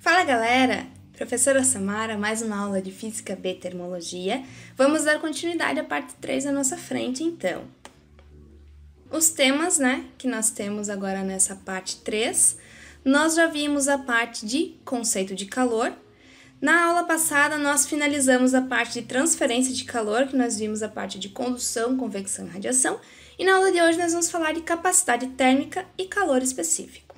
Fala galera! Professora Samara, mais uma aula de Física B Termologia. Vamos dar continuidade à parte 3 à nossa frente, então. Os temas, que nós temos agora nessa parte 3, nós já vimos a parte de conceito de calor. Na aula passada, nós finalizamos a parte de transferência de calor, que nós vimos a parte de condução, convecção e radiação. E na aula de hoje, nós vamos falar de capacidade térmica e calor específico.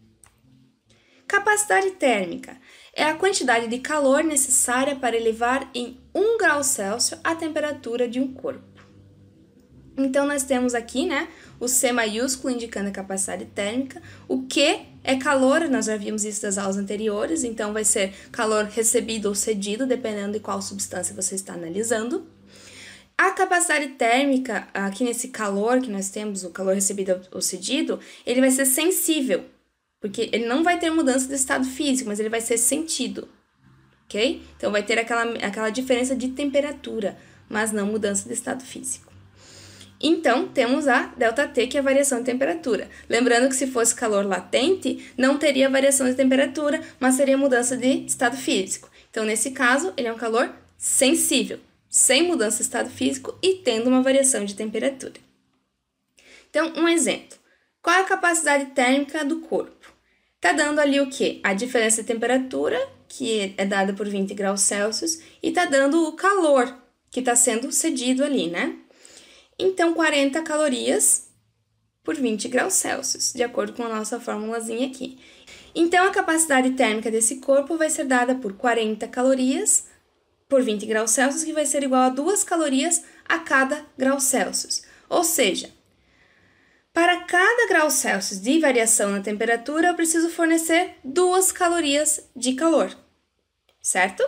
Capacidade térmica é a quantidade de calor necessária para elevar em 1 grau Celsius a temperatura de um corpo. Então, nós temos aqui, o C maiúsculo indicando a capacidade térmica. O Q é calor, nós já vimos isso das aulas anteriores, então vai ser calor recebido ou cedido, dependendo de qual substância você está analisando. A capacidade térmica, aqui nesse calor que nós temos, o calor recebido ou cedido, ele vai ser sensível, porque ele não vai ter mudança de estado físico, mas ele vai ser sentido, ok? Então, vai ter aquela diferença de temperatura, mas não mudança de estado físico. Então, temos a ΔT, que é a variação de temperatura. Lembrando que se fosse calor latente, não teria variação de temperatura, mas seria mudança de estado físico. Então, nesse caso, ele é um calor sensível, sem mudança de estado físico e tendo uma variação de temperatura. Então, um exemplo. Qual é a capacidade térmica do corpo? Está dando ali o quê? A diferença de temperatura, que é dada por 20 graus Celsius, e está dando o calor, que está sendo cedido ali, Então, 40 calorias por 20 graus Celsius, de acordo com a nossa formulazinha aqui. Então, a capacidade térmica desse corpo vai ser dada por 40 calorias por 20 graus Celsius, que vai ser igual a 2 calorias a cada grau Celsius. Ou seja, para cada grau Celsius de variação na temperatura, eu preciso fornecer 2 calorias de calor, certo?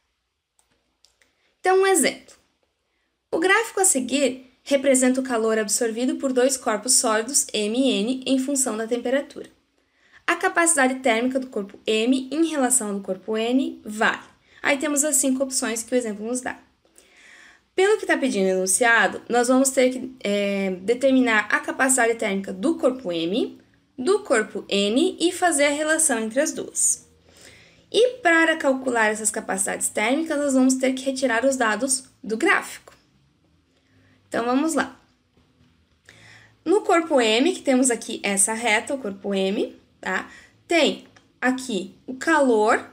Então, um exemplo. O gráfico a seguir representa o calor absorvido por 2 corpos sólidos M e N em função da temperatura. A capacidade térmica do corpo M em relação ao do corpo N vale. Aí temos as 5 opções que o exemplo nos dá. Pelo que está pedindo o enunciado, nós vamos ter que determinar a capacidade térmica do corpo M, do corpo N e fazer a relação entre as duas. E para calcular essas capacidades térmicas, nós vamos ter que retirar os dados do gráfico. Então, vamos lá. No corpo M, que temos aqui essa reta, o corpo M, tem aqui o calor,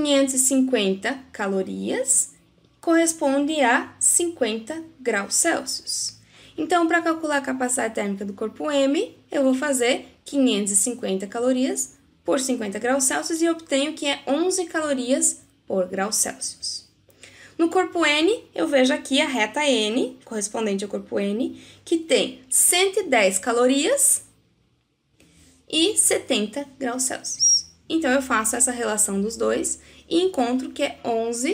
550 calorias, corresponde a 50 graus Celsius. Então, para calcular a capacidade térmica do corpo M, eu vou fazer 550 calorias por 50 graus Celsius e obtenho que é 11 calorias por grau Celsius. No corpo N, eu vejo aqui a reta N, correspondente ao corpo N, que tem 110 calorias e 70 graus Celsius. Então, eu faço essa relação dos dois e encontro que é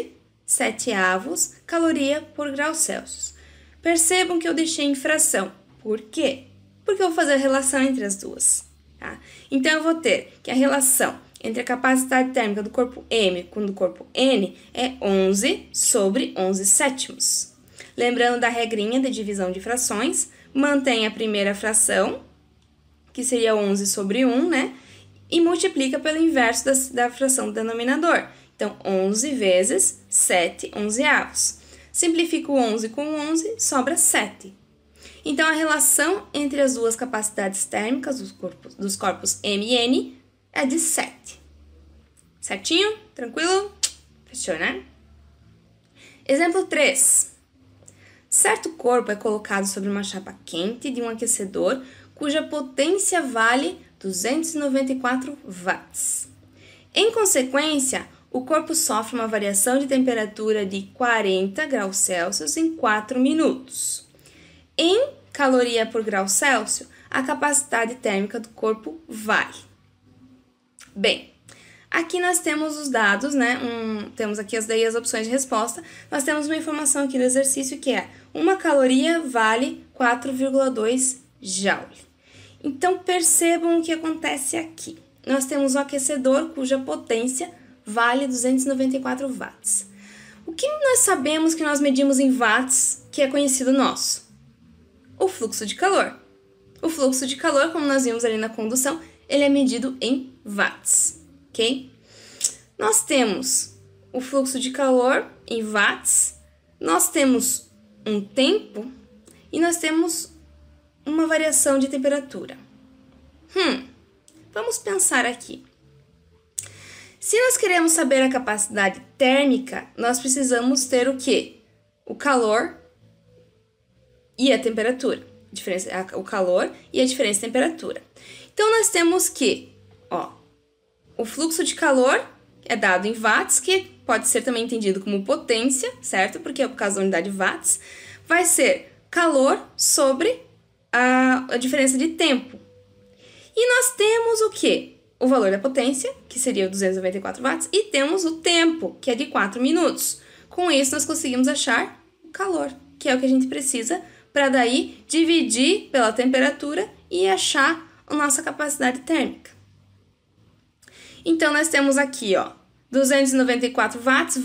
11/7 caloria por grau Celsius. Percebam que eu deixei em fração. Por quê? Porque eu vou fazer a relação entre as duas. Então, eu vou ter que a relação entre a capacidade térmica do corpo M com do corpo N é 11/11/7. Lembrando da regrinha de divisão de frações, mantém a primeira fração, que seria 11/1, e multiplica pelo inverso da fração do denominador. Então, 11 vezes 7/11. Simplifico o 11 com 11, sobra 7. Então, a relação entre as duas capacidades térmicas dos corpos M e N é de 7. Certinho? Tranquilo? Fechou, Exemplo 3. Certo corpo é colocado sobre uma chapa quente de um aquecedor cuja potência vale 294 watts. Em consequência, o corpo sofre uma variação de temperatura de 40 graus Celsius em 4 minutos. Em caloria por grau Celsius, a capacidade térmica do corpo vale. Bem, aqui nós temos os dados, temos aqui as opções de resposta. Nós temos uma informação aqui do exercício que é 1 caloria vale 4,2 joule. Então, percebam o que acontece aqui. Nós temos um aquecedor cuja potência vale 294 watts. O que nós sabemos que nós medimos em watts, que é conhecido nosso? O fluxo de calor. O fluxo de calor, como nós vimos ali na condução, ele é medido em watts, ok? Nós temos o fluxo de calor em watts, nós temos um tempo e nós temos uma variação de temperatura. Vamos pensar aqui. Se nós queremos saber a capacidade térmica, nós precisamos ter o quê? O calor e a temperatura. O calor e a diferença de temperatura. Então, nós temos que, o fluxo de calor é dado em watts, que pode ser também entendido como potência, certo? Porque é por causa da unidade watts. Vai ser calor sobre a diferença de tempo. E nós temos o quê? O valor da potência, que seria o 294 watts, e temos o tempo, que é de 4 minutos. Com isso, nós conseguimos achar o calor, que é o que a gente precisa para daí dividir pela temperatura e achar a nossa capacidade térmica. Então, nós temos aqui, 294 watts.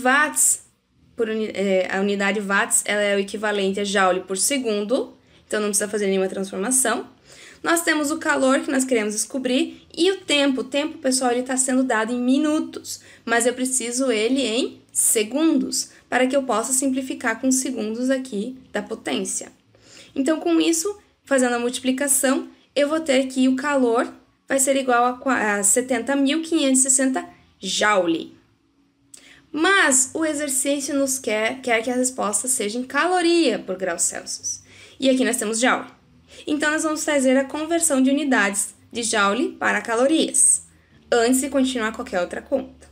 A unidade watts ela é o equivalente a joule por segundo, então não precisa fazer nenhuma transformação. Nós temos o calor que nós queremos descobrir e o tempo. O tempo, pessoal, ele está sendo dado em minutos, mas eu preciso ele em segundos, para que eu possa simplificar com segundos aqui da potência. Então, com isso, fazendo a multiplicação, eu vou ter que o calor vai ser igual a 70.560 joule. Mas o exercício nos quer que a resposta seja em caloria por grau Celsius. E aqui nós temos joule. Então, nós vamos fazer a conversão de unidades de joule para calorias, antes de continuar qualquer outra conta.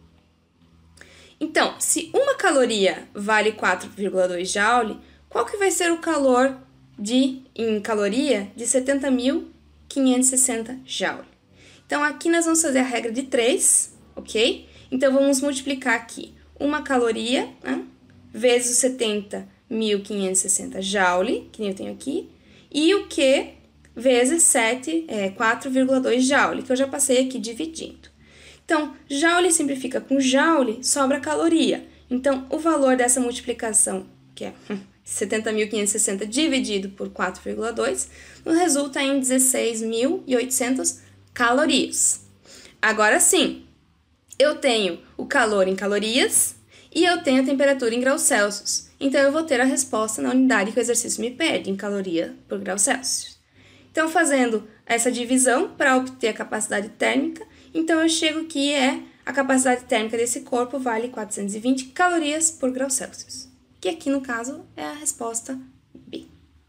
Então, se uma caloria vale 4,2 joule, qual que vai ser o calor em caloria de 70.560 joule? Então, aqui nós vamos fazer a regra de 3, ok? Então, vamos multiplicar aqui uma caloria, vezes os 70.560 joule, que nem eu tenho aqui, e o Q vezes 4,2 joule, que eu já passei aqui dividindo. Então, joule simplifica com joule, sobra caloria. Então, o valor dessa multiplicação, que é 70.560 dividido por 4,2, nos resulta em 16.800 calorias. Agora sim, eu tenho o calor em calorias e eu tenho a temperatura em graus Celsius. Então, eu vou ter a resposta na unidade que o exercício me pede, em caloria por grau Celsius. Então, fazendo essa divisão para obter a capacidade térmica, então eu chego que a capacidade térmica desse corpo vale 420 calorias por grau Celsius, que aqui no caso é a resposta B.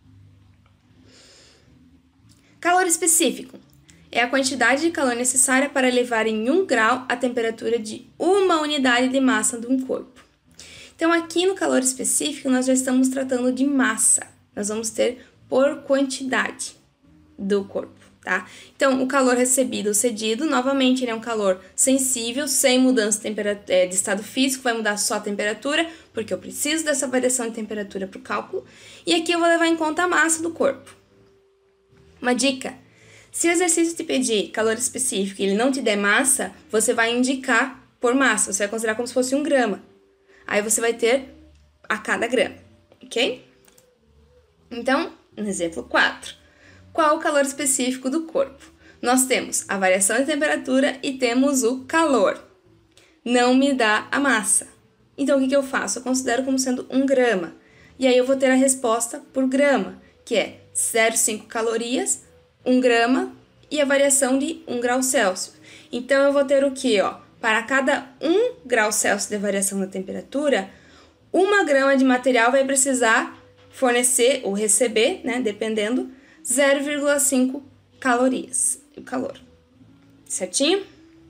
Calor específico é a quantidade de calor necessária para elevar em 1 grau a temperatura de uma unidade de massa de um corpo. Então, aqui no calor específico, nós já estamos tratando de massa. Nós vamos ter por quantidade do corpo, tá? Então, o calor recebido ou cedido, novamente, ele é um calor sensível, sem mudança de estado físico, vai mudar só a temperatura, porque eu preciso dessa variação de temperatura para o cálculo. E aqui eu vou levar em conta a massa do corpo. Uma dica: se o exercício te pedir calor específico e ele não te der massa, você vai indicar por massa, você vai considerar como se fosse 1 grama. Aí você vai ter a cada grama, ok? Então, no exemplo 4. Qual o calor específico do corpo? Nós temos a variação de temperatura e temos o calor. Não me dá a massa. Então, o que eu faço? Eu considero como sendo 1 grama. E aí eu vou ter a resposta por grama, que é 0,5 calorias, 1 grama e a variação de 1 grau Celsius. Então, eu vou ter o quê? Para cada 1 grau Celsius de variação da temperatura, 1 grama de material vai precisar fornecer ou receber, dependendo, 0,5 calorias, o calor. Certinho?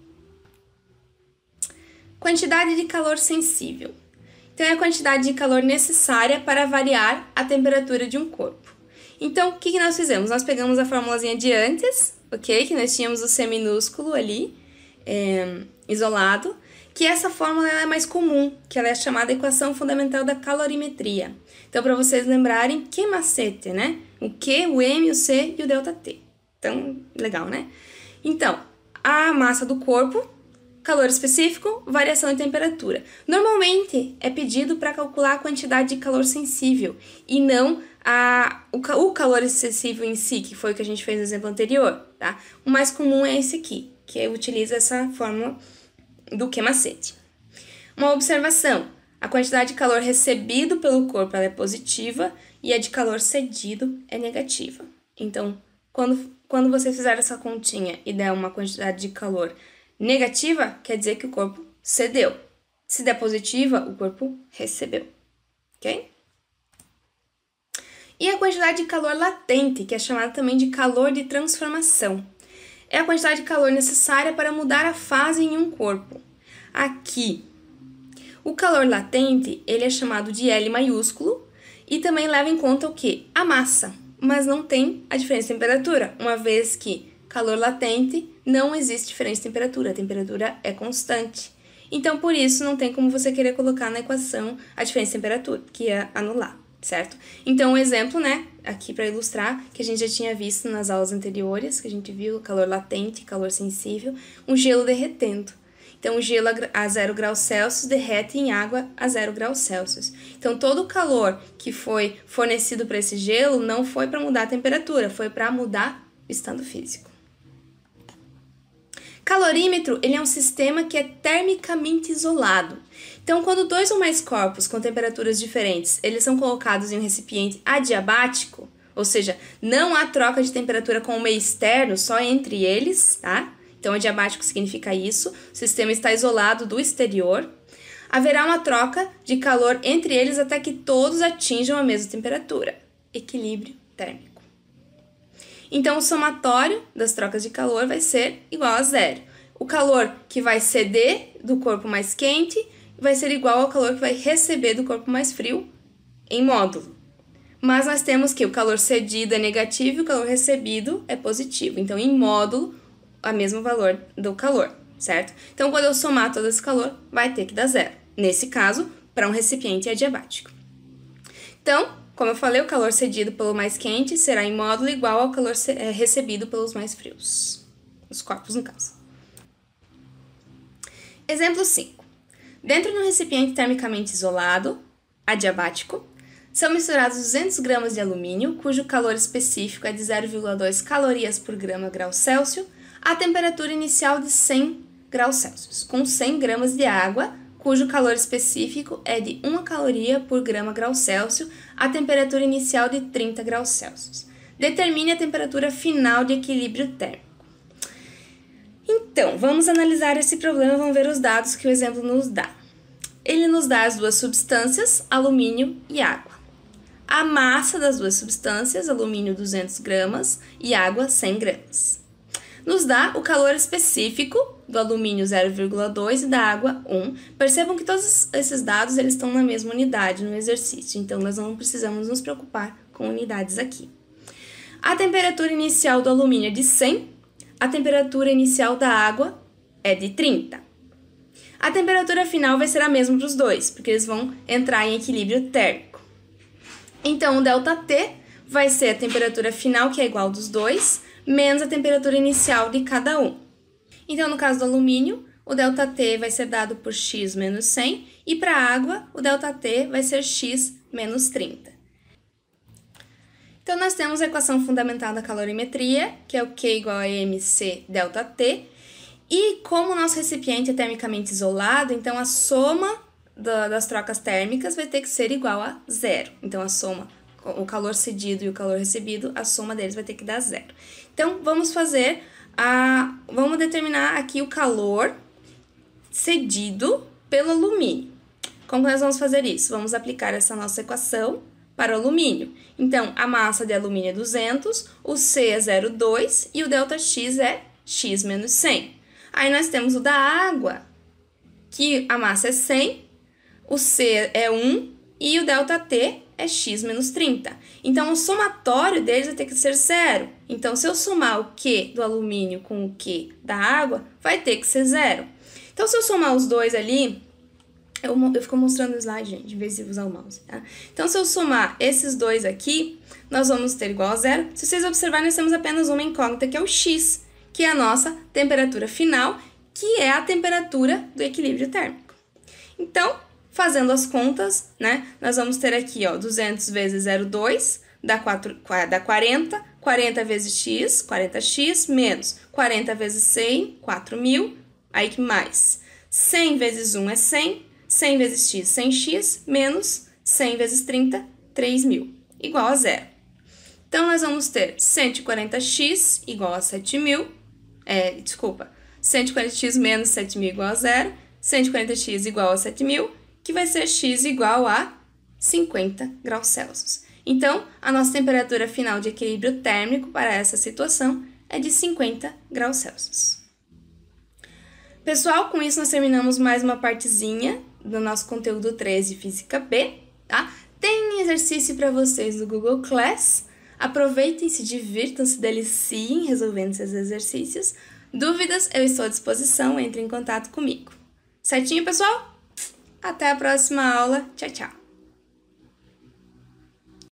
Quantidade de calor sensível. Então, é a quantidade de calor necessária para variar a temperatura de um corpo. Então, o que nós fizemos? Nós pegamos a formulazinha de antes, ok? Que nós tínhamos o C minúsculo ali, isolado, que essa fórmula é mais comum, que ela é chamada equação fundamental da calorimetria. Então, para vocês lembrarem, que macete, né? O Q, o M, o C e o ΔT. Então, legal, né? Então, a massa do corpo, calor específico, variação de temperatura. Normalmente, é pedido para calcular a quantidade de calor sensível e não o calor excessivo em si, que foi o que a gente fez no exemplo anterior, tá? O mais comum é esse aqui, que utiliza essa fórmula macete. Uma observação: a quantidade de calor recebido pelo corpo ela é positiva e a de calor cedido é negativa. Então, quando você fizer essa continha e der uma quantidade de calor negativa, quer dizer que o corpo cedeu. Se der positiva, o corpo recebeu. Ok? E a quantidade de calor latente, que é chamada também de calor de transformação. É a quantidade de calor necessária para mudar a fase em um corpo. Aqui, o calor latente, ele é chamado de L maiúsculo e também leva em conta o quê? A massa, mas não tem a diferença de temperatura, uma vez que calor latente não existe diferença de temperatura, a temperatura é constante. Então, por isso, não tem como você querer colocar na equação a diferença de temperatura, que é anular, certo? Então, um exemplo, né, aqui para ilustrar, que a gente já tinha visto nas aulas anteriores, que a gente viu calor latente, calor sensível, um gelo derretendo. Então, o gelo a 0 graus Celsius derrete em água a 0 graus Celsius. Então, todo o calor que foi fornecido para esse gelo não foi para mudar a temperatura, foi para mudar o estado físico. Calorímetro, ele é um sistema que é termicamente isolado. Então, quando dois ou mais corpos com temperaturas diferentes, eles são colocados em um recipiente adiabático, ou seja, não há troca de temperatura com o meio externo, só entre eles, tá? Então, adiabático significa isso, o sistema está isolado do exterior. Haverá uma troca de calor entre eles até que todos atinjam a mesma temperatura. Equilíbrio térmico. Então, o somatório das trocas de calor vai ser igual a zero. O calor que vai ceder do corpo mais quente vai ser igual ao calor que vai receber do corpo mais frio em módulo. Mas nós temos que o calor cedido é negativo e o calor recebido é positivo. Então, em módulo, o mesmo valor do calor, certo? Então, quando eu somar todo esse calor, vai ter que dar zero. Nesse caso, para um recipiente adiabático. Então, como eu falei, o calor cedido pelo mais quente será em módulo igual ao calor recebido pelos mais frios. Os corpos, no caso. Exemplo 5. Dentro de um recipiente termicamente isolado, adiabático, são misturados 200 gramas de alumínio, cujo calor específico é de 0,2 calorias por grama grau Celsius, a temperatura inicial de 100 graus Celsius, com 100 gramas de água, cujo calor específico é de 1 caloria por grama grau Celsius, a temperatura inicial de 30 graus Celsius. Determine a temperatura final de equilíbrio térmico. Então, vamos analisar esse problema, vamos ver os dados que o exemplo nos dá. Ele nos dá as duas substâncias, alumínio e água. A massa das duas substâncias, alumínio 200 gramas e água 100 gramas. Nos dá o calor específico do alumínio 0,2 e da água 1. Percebam que todos esses dados eles estão na mesma unidade no exercício, então nós não precisamos nos preocupar com unidades aqui. A temperatura inicial do alumínio é de 100, a temperatura inicial da água é de 30. A temperatura final vai ser a mesma para os dois, porque eles vão entrar em equilíbrio térmico. Então, o ΔT vai ser a temperatura final, que é igual dos dois, menos a temperatura inicial de cada um. Então, no caso do alumínio, o ΔT vai ser dado por x menos 100, e para a água, o ΔT vai ser x menos 30. Então, nós temos a equação fundamental da calorimetria, que é o Q igual a mc ΔT, e como o nosso recipiente é termicamente isolado, então a soma das trocas térmicas vai ter que ser igual a zero. Então, a soma, o calor cedido e o calor recebido, a soma deles vai ter que dar zero. Então, vamos determinar aqui o calor cedido pelo alumínio. Como nós vamos fazer isso? Vamos aplicar essa nossa equação para o alumínio. Então, a massa de alumínio é 200, o C é 0,2 e o ΔX é x menos 100. Aí nós temos o da água, que a massa é 100, o C é 1 e o ΔT é x menos 30. Então, o somatório deles vai ter que ser zero. Então, se eu somar o Q do alumínio com o Q da água, vai ter que ser zero. Então, se eu somar os dois ali, eu fico mostrando o slide, gente, em vez de usar o mouse, tá? Então, se eu somar esses dois aqui, nós vamos ter igual a zero. Se vocês observarem, nós temos apenas uma incógnita, que é o x, que é a nossa temperatura final, que é a temperatura do equilíbrio térmico. Então, fazendo as contas, né, nós vamos ter aqui, ó, 200 vezes 0,2 dá 40, 40 vezes x, 40x, menos 40 vezes 100, 4.000, aí que mais? 100 vezes 1 é 100, 100 vezes x, 100x, menos 100 vezes 30, 3.000, igual a zero. Então, nós vamos ter 140x igual a 7.000, 140x menos 7.000 igual a zero, 140x igual a 7.000, que vai ser x igual a 50 graus Celsius. Então, a nossa temperatura final de equilíbrio térmico para essa situação é de 50 graus Celsius. Pessoal, com isso nós terminamos mais uma partezinha do nosso conteúdo 13 Física B, tá? Tem exercício para vocês do Google Class. Aproveitem, se divirtam, se deliciem resolvendo esses exercícios. Dúvidas, eu estou à disposição, entre em contato comigo. Certinho, pessoal? Até a próxima aula. Tchau, tchau!